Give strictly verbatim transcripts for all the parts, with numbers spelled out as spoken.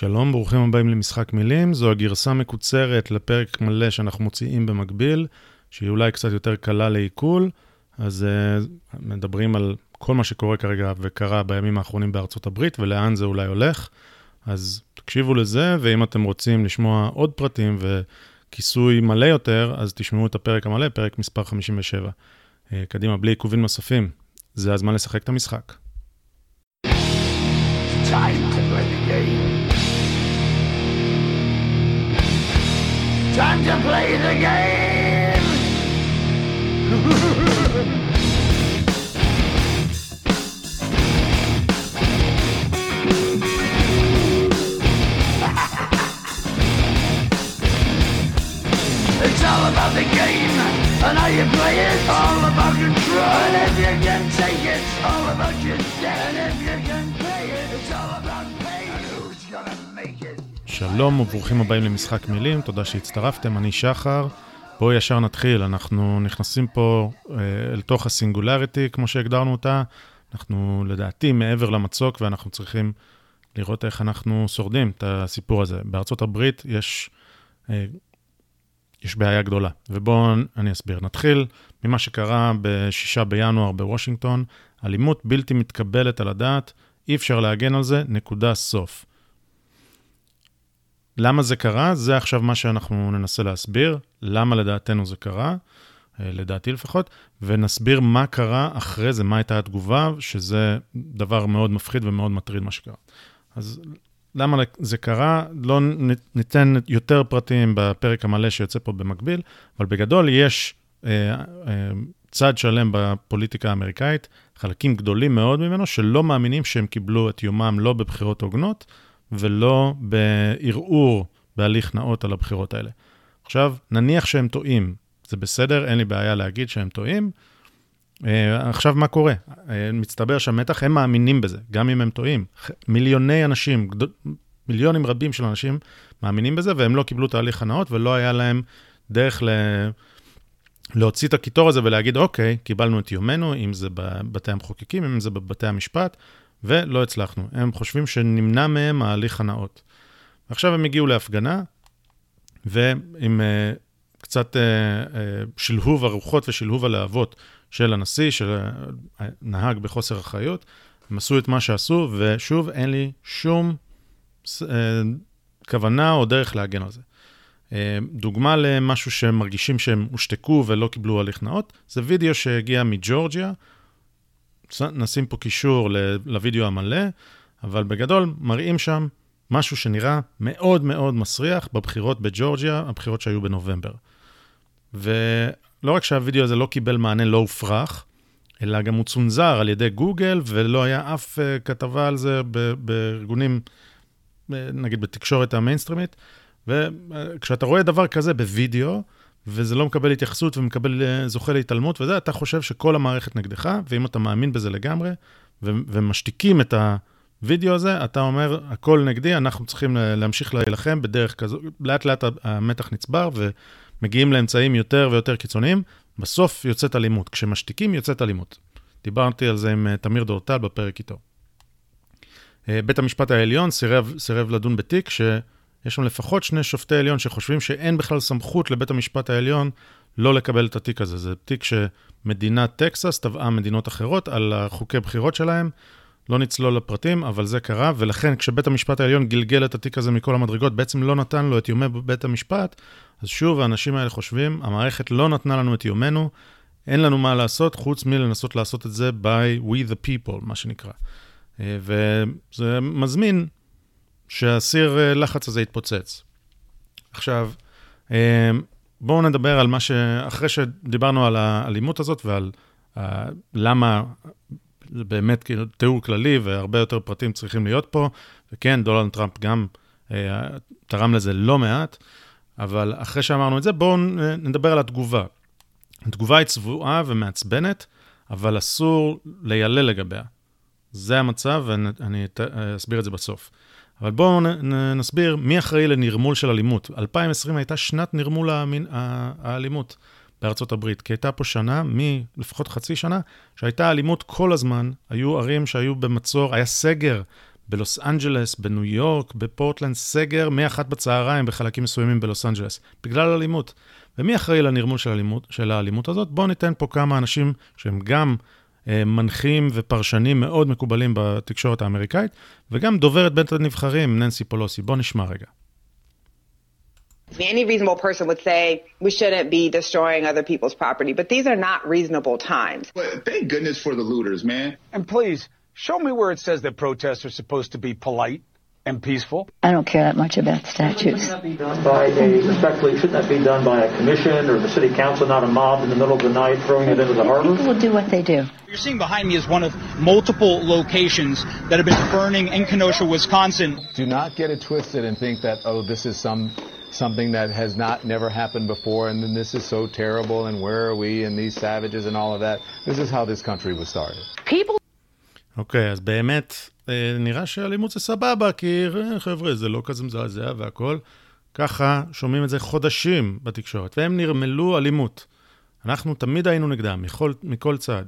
שלום, ברוכים הבאים למשחק מילים. זו הגרסה מקוצרת לפרק מלא שאנחנו מוציאים במקביל, שהיא אולי קצת יותר קלה לעיכול. אז uh, מדברים על כל מה שקורה כרגע וקרה בימים האחרונים בארצות הברית, ולאן זה אולי הולך. אז תקשיבו לזה, ואם אתם רוצים לשמוע עוד פרטים וכיסוי מלא יותר, אז תשמעו את הפרק המלא, פרק מספר חמישים ושבע. Uh, קדימה, בלי עיכובים נוספים. זה הזמן לשחק את המשחק. Time to play the game. Time to play the game. It's all about the game and how you play it. All about control. And if you can take it, all about your debt. And if you can play it, it's all about pain. And who's gonna make it? שלום וברוכים הבאים למשחק מילים, תודה שהצטרפתם, אני שחר. בואו ישר נתחיל, אנחנו נכנסים פה אה, אל תוך הסינגולריטי, כמו שהגדרנו אותה. אנחנו לדעתי מעבר למצוק, ואנחנו צריכים לראות איך אנחנו שורדים את הסיפור הזה. בארצות הברית יש, אה, יש בעיה גדולה, ובואו אני אסביר. נתחיל ממה שקרה בשישה בינואר בוושינגטון, אלימות בלתי מתקבלת על הדעת, אי אפשר להגן על זה, נקודה סוף. למה זה קרה? זה עכשיו מה שאנחנו ננסה להסביר, למה לדעתנו זה קרה, לדעתי לפחות, ונסביר מה קרה אחרי זה, מה הייתה התגובה, שזה דבר מאוד מפחיד ומאוד מטריד מה שקרה. אז למה זה קרה? לא ניתן יותר פרטים בפרק המלא שיוצא פה במקביל, אבל בגדול יש אה, אה, צד שלם בפוליטיקה האמריקאית, חלקים גדולים מאוד ממנו, שלא מאמינים שהם קיבלו את יומם לא בבחירות הוגנות, ולא בערעור, בהליך נאות על הבחירות האלה. עכשיו, נניח שהם טועים, זה בסדר, אין לי בעיה להגיד שהם טועים. עכשיו, מה קורה? מצטבר שהמתח, הם מאמינים בזה, גם אם הם טועים. מיליוני אנשים, מיליונים רבים של אנשים מאמינים בזה, והם לא קיבלו תהליך הנאות, ולא היה להם דרך ל... להוציא את הכיתור הזה ולהגיד, אוקיי, קיבלנו את יומנו, אם זה בבתי המחוקקים, אם זה בבתי המשפט, ולא הצלחנו. הם חושבים שנמנע מהם ההליך הנאות. עכשיו הם הגיעו להפגנה, ועם uh, קצת uh, uh, שלהוב הרוחות ושלהוב הלהבות של הנשיא, שנהג בחוסר אחריות, הם עשו את מה שעשו, ושוב אין לי שום uh, כוונה או דרך להגן על זה. Uh, דוגמה למשהו שהם מרגישים שהם הושתקו ולא קיבלו הליך נאות, זה וידאו שהגיע מג'ורג'יה, נשים פה קישור לוידאו המלא, אבל בגדול מראים שם משהו שנראה מאוד מאוד מסריח בבחירות בג'ורג'יה, הבחירות שהיו בנובמבר. ולא רק שהוידאו הזה לא קיבל מענה לא הופרך, אלא גם הוא צונזר על ידי גוגל, ולא היה אף כתבה על זה בארגונים, נגיד בתקשורת המיינסטרימית, וכשאתה רואה דבר כזה בוידאו, וזה לא מקבל התייחסות ומקבל זוכה להתעלמות, וזה, אתה חושב שכל המערכת נגדך, ואם אתה מאמין בזה לגמרי, ו- ומשתיקים את הוידאו הזה, אתה אומר, הכל נגדי, אנחנו צריכים להמשיך להילחם בדרך כזו, לאט לאט המתח נצבר, ומגיעים לאמצעים יותר ויותר קיצוניים, בסוף יוצאת אלימות. כשמשתיקים יוצאת אלימות. דיברתי על זה עם תמיר דורטל בפרק איתו. בית המשפט העליון סירב, סירב לדון בתיק, ש... יש שם לפחות שני שופטי עליון שחושבים שאין בכלל סמכות לבית המשפט העליון לא לקבל את התיק הזה. זה תיק שמדינת טקסס תבעה מדינות אחרות על חוקי בחירות שלהם. לא נצלול לפרטים, אבל זה קרה, ולכן כשבית המשפט העליון גלגל את התיק הזה מכל המדרגות, בעצם לא נתן לו את יומי בית המשפט, אז שוב האנשים האלה חושבים, המערכת לא נתנה לנו את יומנו, אין לנו מה לעשות, חוץ מלנסות לעשות את זה by we the people, מה שנקרא. וזה מזמין שהסיר לחץ הזה יתפוצץ. עכשיו, בואו נדבר על מה ש... אחרי שדיברנו על האלימות הזאת ועל למה זה באמת תיאור כללי והרבה יותר פרטים צריכים להיות פה, וכן, דונלד טראמפ גם תרם לזה לא מעט, אבל אחרי שאמרנו את זה, בואו נדבר על התגובה. התגובה היא צבועה ומעצבנת, אבל אסור לילל לגביה. זה המצב, ואני אסביר את זה בסוף. אבל בואו נסביר מי אחראי לנרמול של אלימות. אלפיים ועשרים הייתה שנת נרמול האלימות בארצות הברית, כי הייתה פה שנה, מלפחות חצי שנה, שהייתה אלימות כל הזמן, היו ערים שהיו במצור, היה סגר בלוס אנג'לס, בניו יורק, בפורטלנד, סגר, מאחת בצהריים בחלקים מסוימים בלוס אנג'לס, בגלל אלימות. ומי אחראי לנרמול של האלימות, של האלימות הזאת? בואו ניתן פה כמה אנשים שהם גם אה, מנחים ופרשנים מאוד מקובלים בתקשורת האמריקאית, וגם דוברת בית הנבחרים, ננסי פולוסי. בואו נשמע רגע. Any reasonable person would say we shouldn't be destroying other people's property, but these are not reasonable times. Well, thank goodness for the looters, man. And please, show me where it says that protests are supposed to be polite and peaceful. I don't care that much about statutes. Shouldn't that be done by a, respectfully, shouldn't that be done by a commission or the city council, not a mob in the middle of the night throwing it into the harbor? People will do what they do. What you're seeing behind me is one of multiple locations that have been burning in Kenosha, Wisconsin. Do not get it twisted and think that, oh, this is some something that has not never happened before, and then this is so terrible, and where are we, and these savages and all of that. This is how this country was started. People אוקיי, אז באמת נראה שהאלימות זה סבבה, כי חבר'ה, זה לא כזה מזעזע והכל. ככה שומעים את זה חודשים בתקשורת, והם נרמלו אלימות. אנחנו תמיד היינו נגדם, מכל, מכל צד.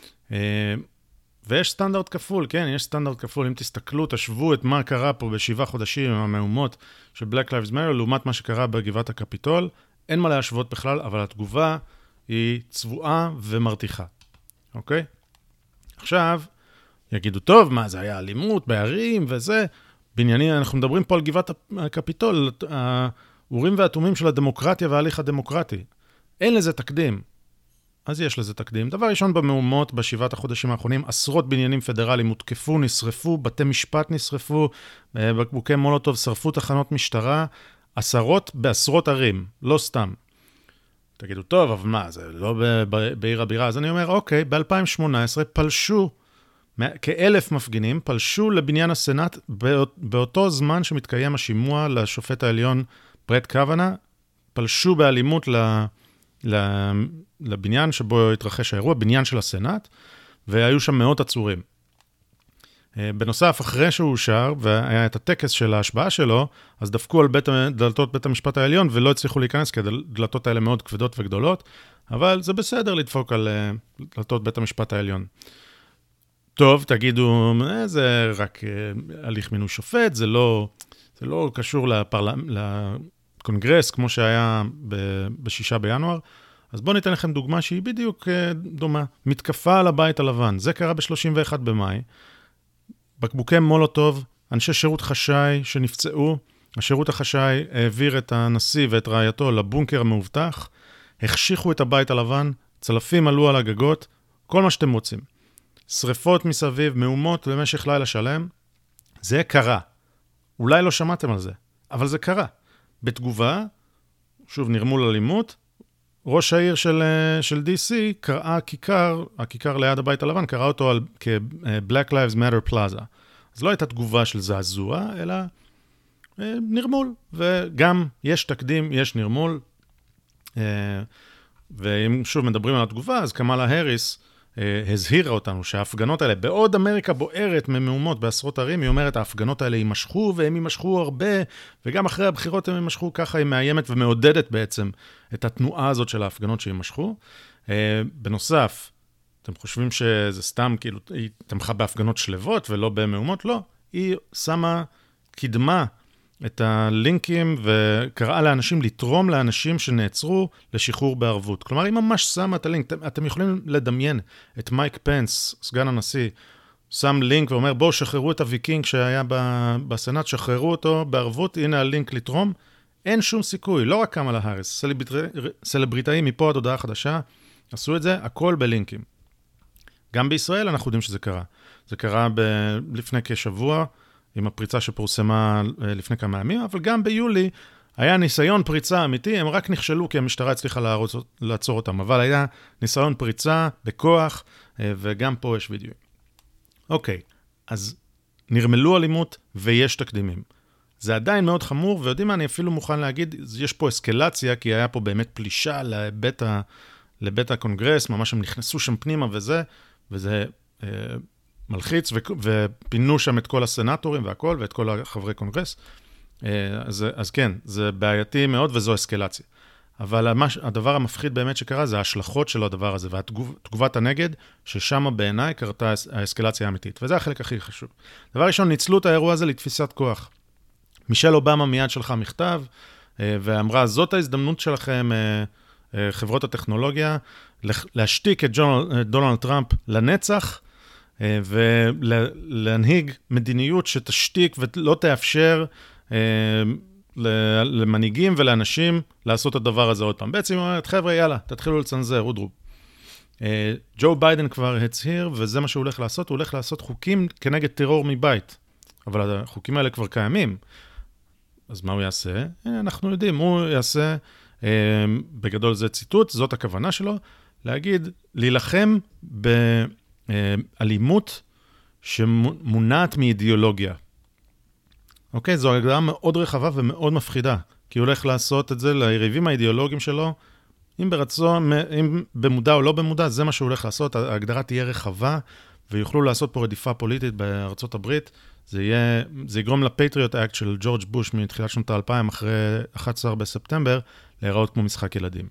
ויש סטנדרט כפול, כן, יש סטנדרט כפול. אם תסתכלו, תשוו את מה קרה פה בשבעה חודשים עם המהומות של Black Lives Matter, לעומת מה שקרה בגבעת הקפיטול, אין מה להשוות בכלל, אבל התגובה היא צבועה ומרתיחה. אוקיי? עכשיו, יגידו, טוב, מה, זה היה אלימות בערים וזה. בעניינים, אנחנו מדברים פה על גבעת הקפיטול, האורים והתומים של הדמוקרטיה וההליך הדמוקרטי. אין לזה תקדים. אז יש לזה תקדים. דבר ראשון, במהומות, בשבעת החודשים האחרונים, עשרות בניינים פדרליים הותקפו, נשרפו, בתי משפט נשרפו, בקבוקי מולוטוב, שרפו תחנות משטרה, עשרות בעשרות ערים, לא סתם. תגידו, טוב, אבל מה, זה לא בעיר הבירה. אז אני אומר, אוקיי, ב-אלפיים שמונה עשרה פלשו, כאלף מפגינים, פלשו לבניין הסנאט באותו זמן שמתקיים השימוע לשופט העליון ברט קוונה, פלשו באלימות ל... לבניין שבו התרחש האירוע, בניין של הסנאט, והיו שם מאות עצורים. בנוסף, אחרי שהוא אושר, והיה את הטקס של ההשבעה שלו, אז דפקו על בית, דלתות בית המשפט העליון, ולא הצליחו להיכנס, כי הדלתות האלה מאוד כבדות וגדולות, אבל זה בסדר לדפוק על דלתות בית המשפט העליון. טוב, תגידו, זה רק הליך מינוי שופט, זה לא, זה לא קשור לפרלמנט, לקונגרס, כמו שהיה בשישה בינואר. אז בואו ניתן לכם דוגמה שהיא בדיוק דומה. מתקפה על הבית הלבן. זה קרה ב-שלושים ואחד במאי. בקבוקי מולוטוב, אנשי שירות חשאי שנפצעו. השירות החשאי העביר את הנשיא ואת רעייתו לבונקר המאובטח. החשיכו את הבית הלבן, צלפים עלו על הגגות, כל מה שאתם רוצים. שריפות מסביב, מהומות במשך לילה שלם. זה קרה. אולי לא שמעתם על זה, אבל זה קרה. בתגובה, שוב נרמול אלימות, ראש העיר של, של די סי קראה כיכר, הכיכר ליד הבית הלבן, קראה אותו על, כ-Black Lives Matter Plaza. אז לא הייתה תגובה של זעזוע, אלא נרמול. וגם יש תקדים, יש נרמול. ואם שוב מדברים על התגובה, אז קמאלה האריס הזהירה אותנו שההפגנות האלה, בעוד אמריקה בוערת ממהומות בעשרות ערים, היא אומרת, ההפגנות האלה יימשכו, והם יימשכו הרבה, וגם אחרי הבחירות הם יימשכו, ככה היא מאיימת ומעודדת בעצם את התנועה הזאת של ההפגנות שיימשכו. בנוסף, אתם חושבים שזה סתם, כאילו, היא תמכה בהפגנות שלבות ולא במהומות? לא, היא שמה, קדמה את הלינקים וקראה לאנשים לתרום לאנשים שנעצרו לשחרור בערבות. כלומר, היא ממש שמה את הלינק. אתם, אתם יכולים לדמיין את מייק פנס, סגן הנשיא, שם לינק ואומר, בואו שחררו את הוויקינג שהיה בסנאט, שחררו אותו בערבות, הנה הלינק לתרום. אין שום סיכוי, לא רק קמאלה האריס, סלבריטאים סלבריטאים מפה עד הודעה חדשה, עשו את זה, הכל בלינקים. גם בישראל אנחנו יודעים שזה קרה. זה קרה ב- לפני כשבוע, עם הפריצה שפורסמה לפני כמה ימים, אבל גם ביולי היה ניסיון פריצה אמיתי, הם רק נכשלו כי המשטרה הצליחה לערוץ, לעצור אותם, אבל היה ניסיון פריצה בכוח, וגם פה יש וידאו. אוקיי, אז נרמלו אלימות ויש תקדימים. זה עדיין מאוד חמור, ויודעים מה, אני אפילו מוכן להגיד, יש פה אסקלציה, כי היה פה באמת פלישה לבית, ה, לבית הקונגרס, ממש הם נכנסו שם פנימה וזה, וזה אה, מלחיץ, ו, ופינו שם את כל הסנטורים והכל, ואת כל החברי קונגרס. אה, אז, אז כן, זה בעייתי מאוד, וזו אסקלציה. אבל המש, הדבר המפחיד באמת שקרה זה ההשלכות של הדבר הזה, והתגובת הנגד, ששם בעיניי קרתה האסקלציה האמיתית. וזה החלק הכי חשוב. דבר ראשון, ניצלו את האירוע הזה לתפיסת כוח. מישל אובמה מיד שלחה מכתב, ואמרה, זאת ההזדמנות שלכם, חברות הטכנולוגיה, להשתיק את דונלד טראמפ לנצח, ולהנהיג מדיניות שתשתיק ולא תאפשר למנהיגים ולאנשים לעשות את הדבר הזה עוד פעם. בעצם היא אומרת, חבר'ה, יאללה, תתחילו לצנזר, אודרו. ג'ו ביידן כבר הצהיר, וזה מה שהוא הולך לעשות, הוא הולך לעשות חוקים כנגד טרור מבית. אבל החוקים האלה כבר קיימים. אז מה הוא יעשה? אנחנו יודעים, הוא יעשה, בגדול זה ציטוט, זאת הכוונה שלו, להגיד, להילחם באלימות שמונעת מאידיאולוגיה. אוקיי, זו הגדרה מאוד רחבה ומאוד מפחידה, כי הוא הולך לעשות את זה ליריבים האידיאולוגיים שלו, אם ברצון, אם במודע או לא במודע, זה מה שהוא הולך לעשות, ההגדרה תהיה רחבה, ויוכלו לעשות פה רדיפה פוליטית בארצות הברית, זה יהיה, זה יגרום לפטריוט אקט של ג'ורג' בוש מתחילת שנות האלפיים, אחרי אחד עשר בספטמבר, להיראות כמו משחק ילדים.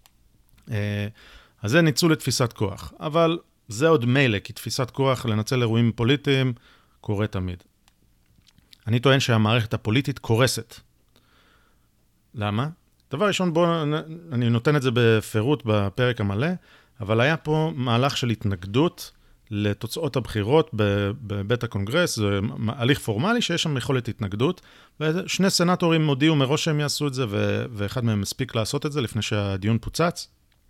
אז זה ניצול לתפיסת כוח, אבל זה עוד מילא, כי תפיסת כוח לנצל אירועים פוליטיים קורה תמיד. אני טוען שהמערכת הפוליטית קורסת. למה? דבר ראשון, בוא, אני נותן את זה בפירוט בפרק המלא, אבל היה פה מהלך של התנגדות לתוצאות הבחירות בבית הקונגרס, זה הליך פורמלי שיש שם יכולת התנגדות, ושני סנטורים הודיעו מראש שהם יעשו את זה, ואחד מהם מספיק לעשות את זה לפני שהדיון פוצץ.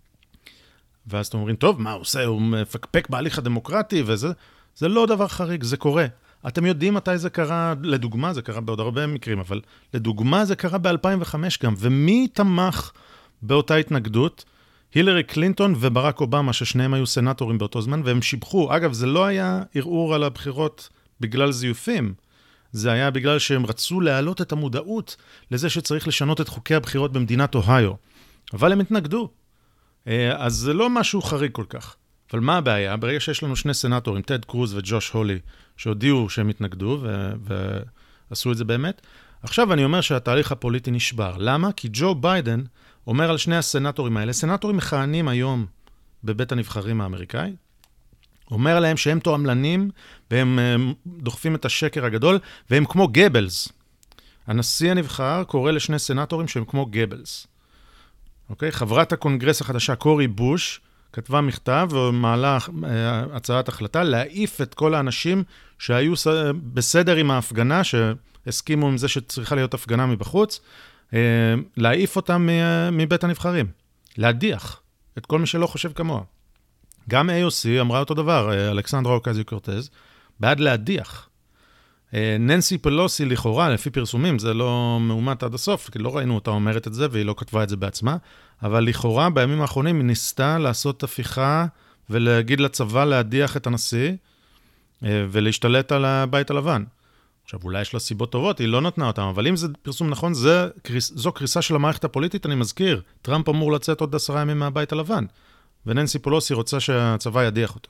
ואז אתם אומרים, טוב, מה הוא עושה? הוא מפקפק בהליך הדמוקרטי, וזה זה לא דבר חריג, זה קורה. אתם יודעים מתי זה קרה, לדוגמה, זה קרה בעוד הרבה מקרים, אבל לדוגמה זה קרה ב-אלפיים וחמש גם, ומי תמך באותה התנגדות? הילרי קלינטון וברק אובמה, ששניהם היו סנטורים באותו זמן, והם שיבחו. אגב, זה לא היה ערעור על הבחירות בגלל זיופים, זה היה בגלל שהם רצו להעלות את המודעות לזה שצריך לשנות את חוקי הבחירות במדינת אוהיו. אבל הם התנגדו. אז זה לא משהו חריג כל כך. אבל מה הבעיה? ברגע שיש לנו שני סנטורים, טד קרוז וג'וש הולי, שהודיעו שהם התנגדו ו- ועשו את זה באמת, עכשיו אני אומר שהתהליך הפוליטי נשבר. למה? כי ג'ו ביידן אומר על שני הסנטורים האלה, סנטורים מכהנים היום בבית הנבחרים האמריקאי, אומר להם שהם תועמלנים, והם דוחפים את השקר הגדול, והם כמו גבלס. הנשיא הנבחר קורא לשני סנטורים שהם כמו גבלס. אוקיי? חברת הקונגרס החדשה, קורי בוש, כתבה מכתב ומעלה הצעת החלטה להעיף את כל האנשים שהיו בסדר עם ההפגנה, שהסכימו עם זה שצריכה להיות הפגנה מבחוץ, להעיף אותם מבית הנבחרים, להדיח את כל מי שלא חושב כמוה. גם איי או סי אמרה אותו דבר, אלכסנדרה אוקזיו-קורטז, בעד להדיח. ננסי פלוסי לכאורה, לפי פרסומים, זה לא מאומת עד הסוף, כי לא ראינו אותה אומרת את זה, והיא לא כתבה את זה בעצמה, אבל לכאורה בימים האחרונים היא ניסתה לעשות הפיכה, ולהגיד לצבא להדיח את הנשיא, ולהשתלט על הבית הלבן. עכשיו, אולי יש לה סיבות טובות, היא לא נתנה אותם, אבל אם זה פרסום נכון, זה, זו קריסה של המערכת הפוליטית, אני מזכיר, טראמפ אמור לצאת עוד עשרה ימים מהבית הלבן, וננסי פלוסי רוצה שהצבא ידיח אותו.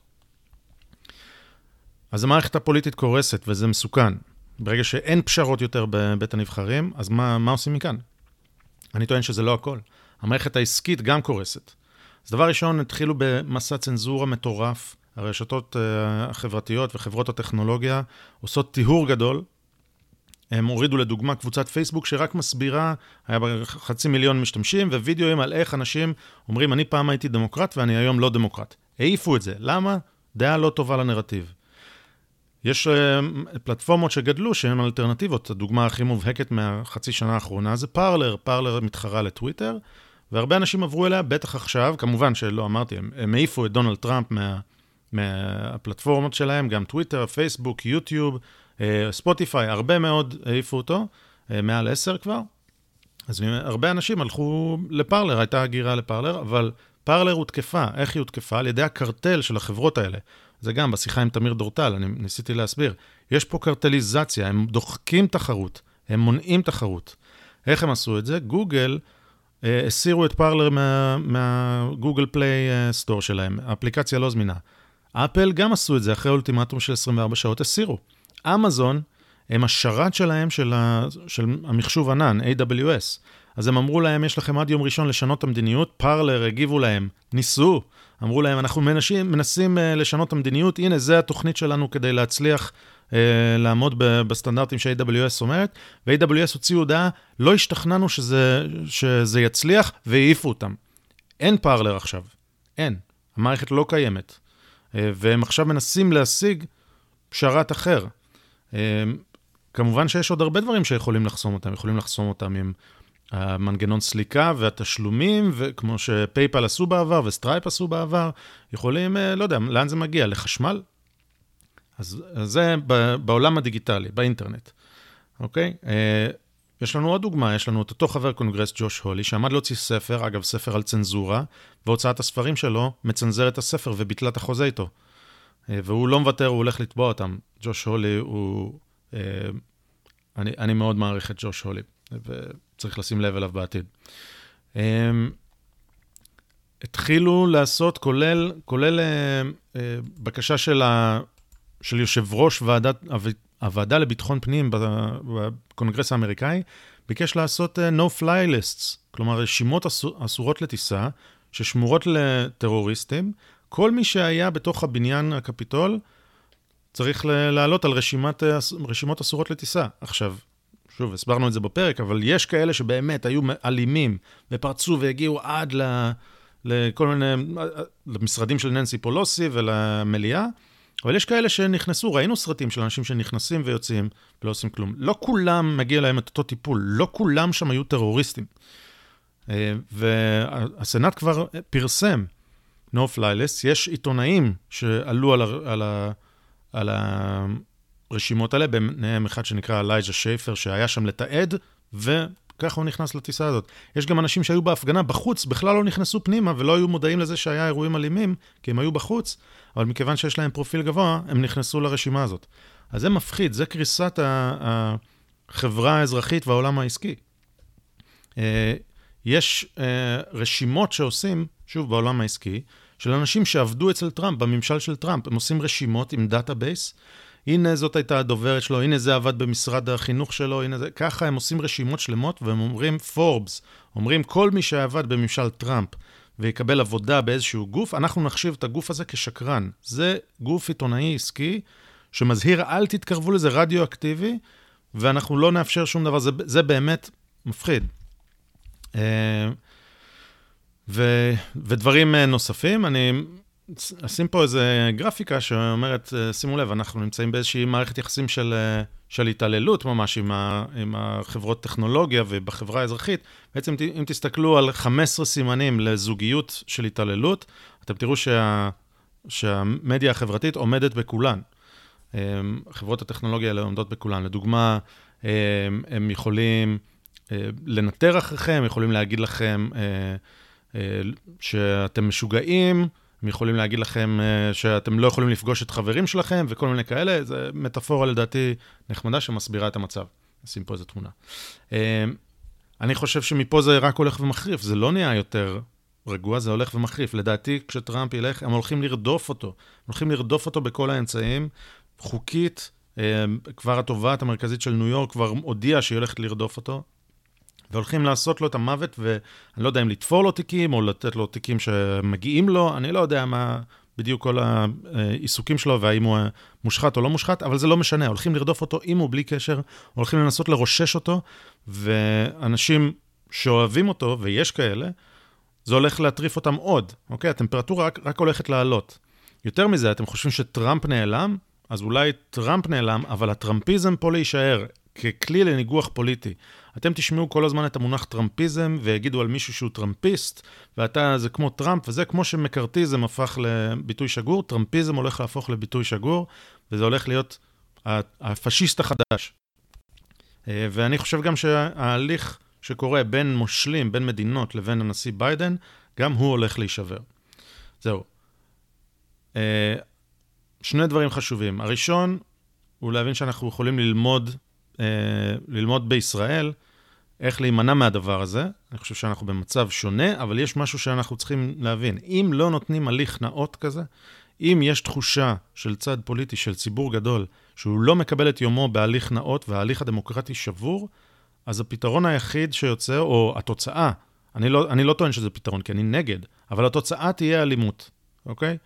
אז המערכת הפוליטית קורסת, וזה מסוכן. ברגע שאין פשרות יותר בבית הנבחרים, אז מה, מה עושים מכאן? אני טוען שזה לא הכל. המערכת העסקית גם קורסת. אז דבר ראשון, התחילו במסע צנזורה מטורף, הרשתות החברתיות וחברות הטכנולוגיה עושות טיהור גדול. הם הורידו לדוגמה קבוצת פייסבוק שרק מסבירה, היה חצי מיליון משתמשים, ווידאוים על איך אנשים אומרים, אני פעם הייתי דמוקרט ואני היום לא דמוקרט. העיפו את זה. למה? דעה לא טובה לנרטיב. יש uh, פלטפורמות שגדלו שהן אלטרנטיבות. הדוגמה הכי מובהקת מהחצי שנה האחרונה זה פארלר. פארלר מתחרה לטוויטר, והרבה אנשים עברו אליה, בטח עכשיו, כמובן שלא אמרתי, הם, הם העיפו את דונלד טראמפ מה, מהפלטפורמות שלהם, גם טוויטר, פייסבוק, יוטיוב, uh, ספוטיפיי, הרבה מאוד העיפו אותו, uh, מעל עשר כבר. אז הרבה אנשים הלכו לפארלר, הייתה הגירה לפארלר, אבל פארלר הותקפה. איך היא הותקפה? על ידי הקרטל של החברות האלה. זה גם בשיחה עם תמיר דורטל, אני ניסיתי להסביר. יש פה קרטליזציה, הם דוחקים תחרות, הם מונעים תחרות. איך הם עשו את זה? גוגל אה, הסירו את פארלר מה, מהגוגל פליי אה, סטור שלהם, האפליקציה לא זמינה. אפל גם עשו את זה, אחרי אולטימטום של עשרים וארבע שעות הסירו. אמזון הם השרת שלהם של, ה, של המחשוב ענן, איי דאבליו אס. אז הם אמרו להם, יש לכם עד יום ראשון לשנות את המדיניות, פרלר הגיבו להם, ניסו, אמרו להם, אנחנו מנסים, מנסים לשנות את המדיניות, הנה, זה התוכנית שלנו כדי להצליח אה, לעמוד בסטנדרטים ש-איי דאבליו אס אומרת, ו-איי דאבליו אס הוציאו הודעה, לא השתכננו שזה, שזה יצליח, והעיפו אותם. אין פרלר עכשיו, אין. המערכת לא קיימת. אה, והם עכשיו מנסים להשיג שרת אחר. אה, כמובן שיש עוד הרבה דברים שיכולים לחסום אותם, יכולים לחסום אותם עם המנגנון סליקה והתשלומים, וכמו שפייפל עשו בעבר וסטרייפ עשו בעבר, יכולים, לא יודע, לאן זה מגיע? לחשמל? אז זה בעולם הדיגיטלי, באינטרנט. אוקיי? יש לנו עוד דוגמה, יש לנו את אותו חבר קונגרס ג'וש הולי, שעמד להוציא ספר, אגב ספר על צנזורה, והוצאת הספרים שלו מצנזר את הספר וביטלה את החוזה איתו. והוא לא מוותר, הוא הולך לתבוע אותם. ג'וש הולי הוא... אני, אני מאוד מעריך את ג'וש הולי. וצריך לשים לב אליו בעתיד. התחילו לעשות, כולל, כולל בקשה של, ה, של יושב ראש ועדת, הוועדה לביטחון פנים בקונגרס האמריקאי, ביקש לעשות no fly lists, כלומר רשימות אסורות לטיסה, ששמורות לטרוריסטים. כל מי שהיה בתוך הבניין הקפיטול, צריך לעלות על רשימת, רשימות אסורות לטיסה. עכשיו, שוב, הסברנו את זה בפרק, אבל יש כאלה שבאמת היו אלימים, ופרצו והגיעו עד ל, לכל מיני, למשרדים של ננסי פולוסי ולמליאה, אבל יש כאלה שנכנסו, ראינו סרטים של אנשים שנכנסים ויוצאים ולא עושים כלום. לא כולם מגיע להם את אותו טיפול, לא כולם שם היו טרוריסטים. והסנאט כבר פרסם, no fly list, יש עיתונאים שעלו על, על, על הרשימות האלה, ביניהם אחד שנקרא אלייג'ה שייפר, שהיה שם לתעד, וככה הוא נכנס לטיסה הזאת. יש גם אנשים שהיו בהפגנה בחוץ, בכלל לא נכנסו פנימה, ולא היו מודעים לזה שהיה אירועים אלימים, כי הם היו בחוץ, אבל מכיוון שיש להם פרופיל גבוה, הם נכנסו לרשימה הזאת. אז זה מפחיד, זה קריסת החברה האזרחית והעולם העסקי. יש רשימות שעושים, שוב בעולם העסקי, של אנשים שעבדו אצל טראמפ, בממשל של טראמפ, הם עושים רשימות עם דאטאבייס, הנה זאת הייתה הדוברת שלו, הנה זה עבד במשרד החינוך שלו, הנה זה, ככה הם עושים רשימות שלמות, והם אומרים פורבס, אומרים כל מי שעבד בממשל טראמפ, ויקבל עבודה באיזשהו גוף, אנחנו נחשיב את הגוף הזה כשקרן. זה גוף עיתונאי עסקי, שמזהיר, אל תתקרבו לזה רדיו-אקטיבי, ואנחנו לא נאפשר שום דבר, זה, זה באמת מפחיד. ו, ודברים נוספים, אני אשים פה איזה גרפיקה שאומרת, שימו לב, אנחנו נמצאים באיזושהי מערכת יחסים של, של התעללות ממש עם, ה, עם החברות טכנולוגיה ובחברה האזרחית. בעצם אם תסתכלו על חמישה עשר סימנים לזוגיות של התעללות, אתם תראו שה, שהמדיה החברתית עומדת בכולן. חברות הטכנולוגיה האלה עומדות בכולן. לדוגמה, הם יכולים לנטר אחריכם, הם יכולים להגיד לכם שאתם משוגעים, הם יכולים להגיד לכם שאתם לא יכולים לפגוש את חברים שלכם, וכל מיני כאלה. זה מטאפורה לדעתי נחמדה שמסבירה את המצב. נשים פה איזו תמונה. אני חושב שמפה זה רק הולך ומחריף, זה לא נהיה יותר רגוע, זה הולך ומחריף. לדעתי, כשטראמפ ילך, הם הולכים לרדוף אותו. הם הולכים לרדוף אותו בכל האמצעים. חוקית, כבר התובעת המרכזית של ניו יורק כבר הודיעה שהיא הולכת לרדוף אותו. והולכים לעשות לו את המוות, ואני לא יודע אם לתפור לו תיקים, או לתת לו תיקים שמגיעים לו, אני לא יודע מה בדיוק כל העיסוקים שלו, והאם הוא מושחת או לא מושחת, אבל זה לא משנה, הולכים לרדוף אותו עם או בלי קשר, הולכים לנסות לרושש אותו, ואנשים שאוהבים אותו, ויש כאלה, זה הולך להטריף אותם עוד, אוקיי? הטמפרטורה רק, רק הולכת לעלות. יותר מזה, אתם חושבים שטראמפ נעלם? אז אולי טראמפ נעלם, אבל הטראמפיזם פה להישאר, ככלי לניגוח פוליטי. אתם תשמעו כל הזמן את המונח טראמפיזם, ויגידו על מישהו שהוא טראמפיסט, ואתה זה כמו טראמפ, וזה כמו שמקארתיזם הפך לביטוי שגור, טראמפיזם הולך להפוך לביטוי שגור, וזה הולך להיות הפשיסט החדש. ואני חושב גם שההליך שקורה בין מושלים, בין מדינות לבין הנשיא ביידן, גם הוא הולך להישבר. זהו. שני דברים חשובים. הראשון, הוא להבין שאנחנו יכולים ללמוד, ללמוד בישראל, איך להימנע מהדבר הזה. אני חושב שאנחנו במצב שונה, אבל יש משהו שאנחנו צריכים להבין. אם לא נותנים הליך נאות כזה, אם יש תחושה של צד פוליטי, של ציבור גדול, שהוא לא מקבל את יומו בהליך נאות וההליך הדמוקרטי שבור, אז הפתרון היחיד שיוצא, או התוצאה, אני לא, אני לא טוען שזה פתרון, כי אני נגד, אבל התוצאה תהיה אלימות, אוקיי?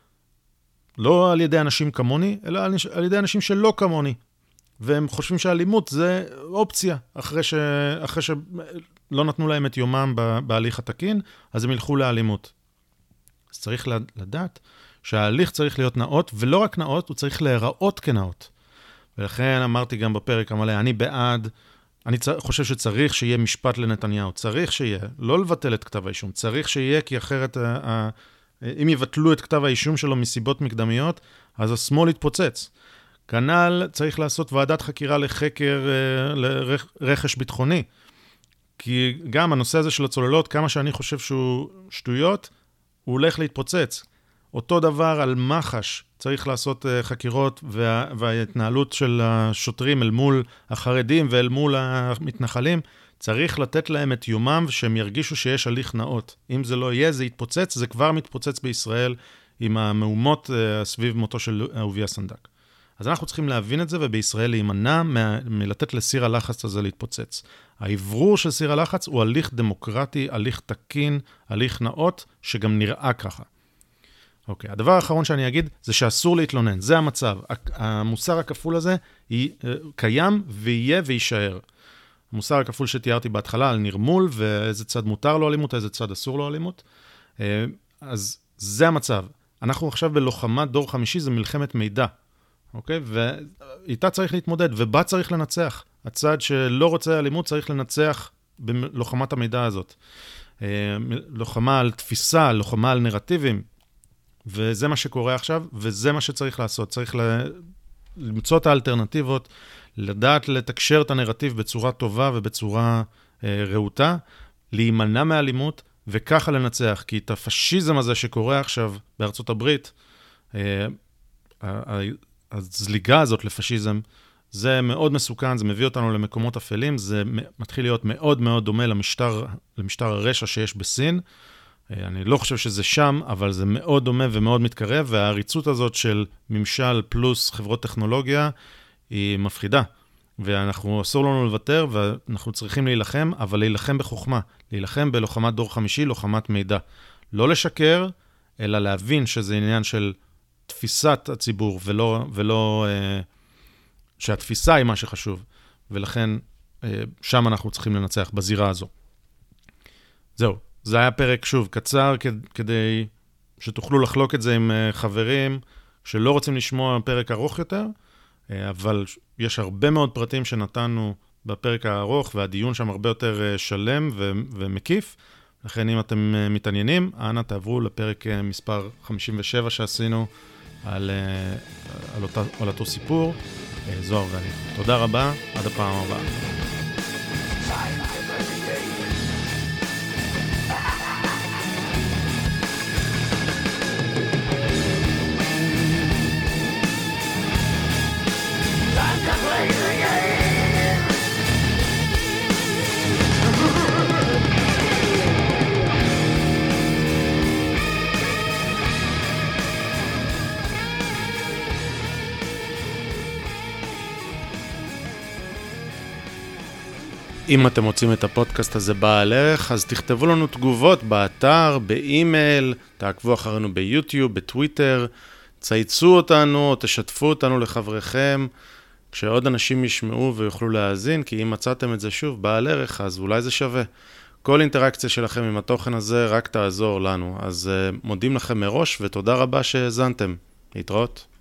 לא על ידי אנשים כמוני, אלא על, על ידי אנשים שלא כמוני. והם חושבים שהאלימות זה אופציה, אחרי, ש, אחרי שלא נתנו להם את יומם בהליך התקין, אז הם ילכו לאלימות. אז צריך לדעת שההליך צריך להיות נאות, ולא רק נאות, הוא צריך להיראות כנאות. ולכן אמרתי גם בפרק המלא, אני בעד, אני צ... חושב שצריך שיהיה משפט לנתניהו, צריך שיהיה, לא לבטל את כתב האישום, צריך שיהיה, כי אחרת, ה... ה... אם יבטלו את כתב האישום שלו מסיבות מקדמיות, אז השמאל יתפוצץ. כנ"ל צריך לעשות ועדת חקירה לחקר, לרכש ביטחוני, כי גם הנושא הזה של הצוללות, כמה שאני חושב שהוא שטויות, הוא הולך להתפוצץ. אותו דבר על מח"ש, צריך לעשות חקירות, וה, וההתנהלות של השוטרים אל מול החרדים ואל מול המתנחלים, צריך לתת להם את יומם שהם ירגישו שיש הליך נאות. אם זה לא יהיה, זה יתפוצץ, זה כבר מתפוצץ בישראל עם המהומות סביב מותו של אהוביה סנדק. אז אנחנו צריכים להבין את זה, ובישראל להימנע מ- מלתת לסיר הלחץ הזה להתפוצץ. העברור של סיר הלחץ הוא הליך דמוקרטי, הליך תקין, הליך נאות, שגם נראה ככה. אוקיי, הדבר האחרון שאני אגיד, זה שאסור להתלונן, זה המצב. המוסר הכפול הזה היא, קיים ויהיה ויישאר. המוסר הכפול שתיארתי בהתחלה על נרמול, ואיזה צד מותר לו אלימות, איזה צד אסור לו אלימות. אז זה המצב. אנחנו עכשיו בלוחמת דור חמישי, זה מלחמת מידע. אוקיי? ואיתה צריך להתמודד, ובה צריך לנצח. הצד שלא רוצה אלימות צריך לנצח בלוחמת המידע הזאת. לוחמה על תפיסה, לוחמה על נרטיבים, וזה מה שקורה עכשיו, וזה מה שצריך לעשות. צריך למצוא את האלטרנטיבות, לדעת לתקשר את הנרטיב בצורה טובה ובצורה רעותה, להימנע מאלימות, וככה לנצח. כי את הפשיזם הזה שקורה עכשיו בארצות הברית, הזליגה הזאת לפשיזם, זה מאוד מסוכן, זה מביא אותנו למקומות אפלים, זה מתחיל להיות מאוד מאוד דומה למשטר, למשטר הרשע שיש בסין. אני לא חושב שזה שם, אבל זה מאוד דומה ומאוד מתקרב, והעריצות הזאת של ממשל פלוס חברות טכנולוגיה היא מפחידה. ואנחנו אסור לנו לוותר, ואנחנו צריכים להילחם, אבל להילחם בחוכמה, להילחם בלוחמת דור חמישי, לוחמת מידע. לא לשקר, אלא להבין שזה עניין של תפיסת הציבור, ולא, ולא אה, שהתפיסה היא מה שחשוב. ולכן, אה, שם אנחנו צריכים לנצח, בזירה הזו. זהו, זה היה פרק, שוב, קצר, כדי שתוכלו לחלוק את זה עם אה, חברים, שלא רוצים לשמוע פרק ארוך יותר, אה, אבל יש הרבה מאוד פרטים שנתנו בפרק הארוך, והדיון שם הרבה יותר אה, שלם ו- ומקיף. לכן, אם אתם אה, מתעניינים, אנא תעברו לפרק אה, מספר חמישים ושבע שעשינו, על, על, אותה, על אותו סיפור, זוהר ואני. תודה רבה, עד הפעם הבאה. אם אתם רוצים את הפודקאסט הזה בעל ערך, אז תכתבו לנו תגובות באתר, באימייל, תעקבו אחרינו ביוטיוב, בטוויטר, צייצו אותנו, תשתפו אותנו לחבריכם, כשעוד אנשים ישמעו ויוכלו להאזין, כי אם מצאתם את זה שוב בעל ערך, אז אולי זה שווה. כל אינטראקציה שלכם עם התוכן הזה רק תעזור לנו, אז מודים לכם מראש ותודה רבה שהאזנתם. להתראות.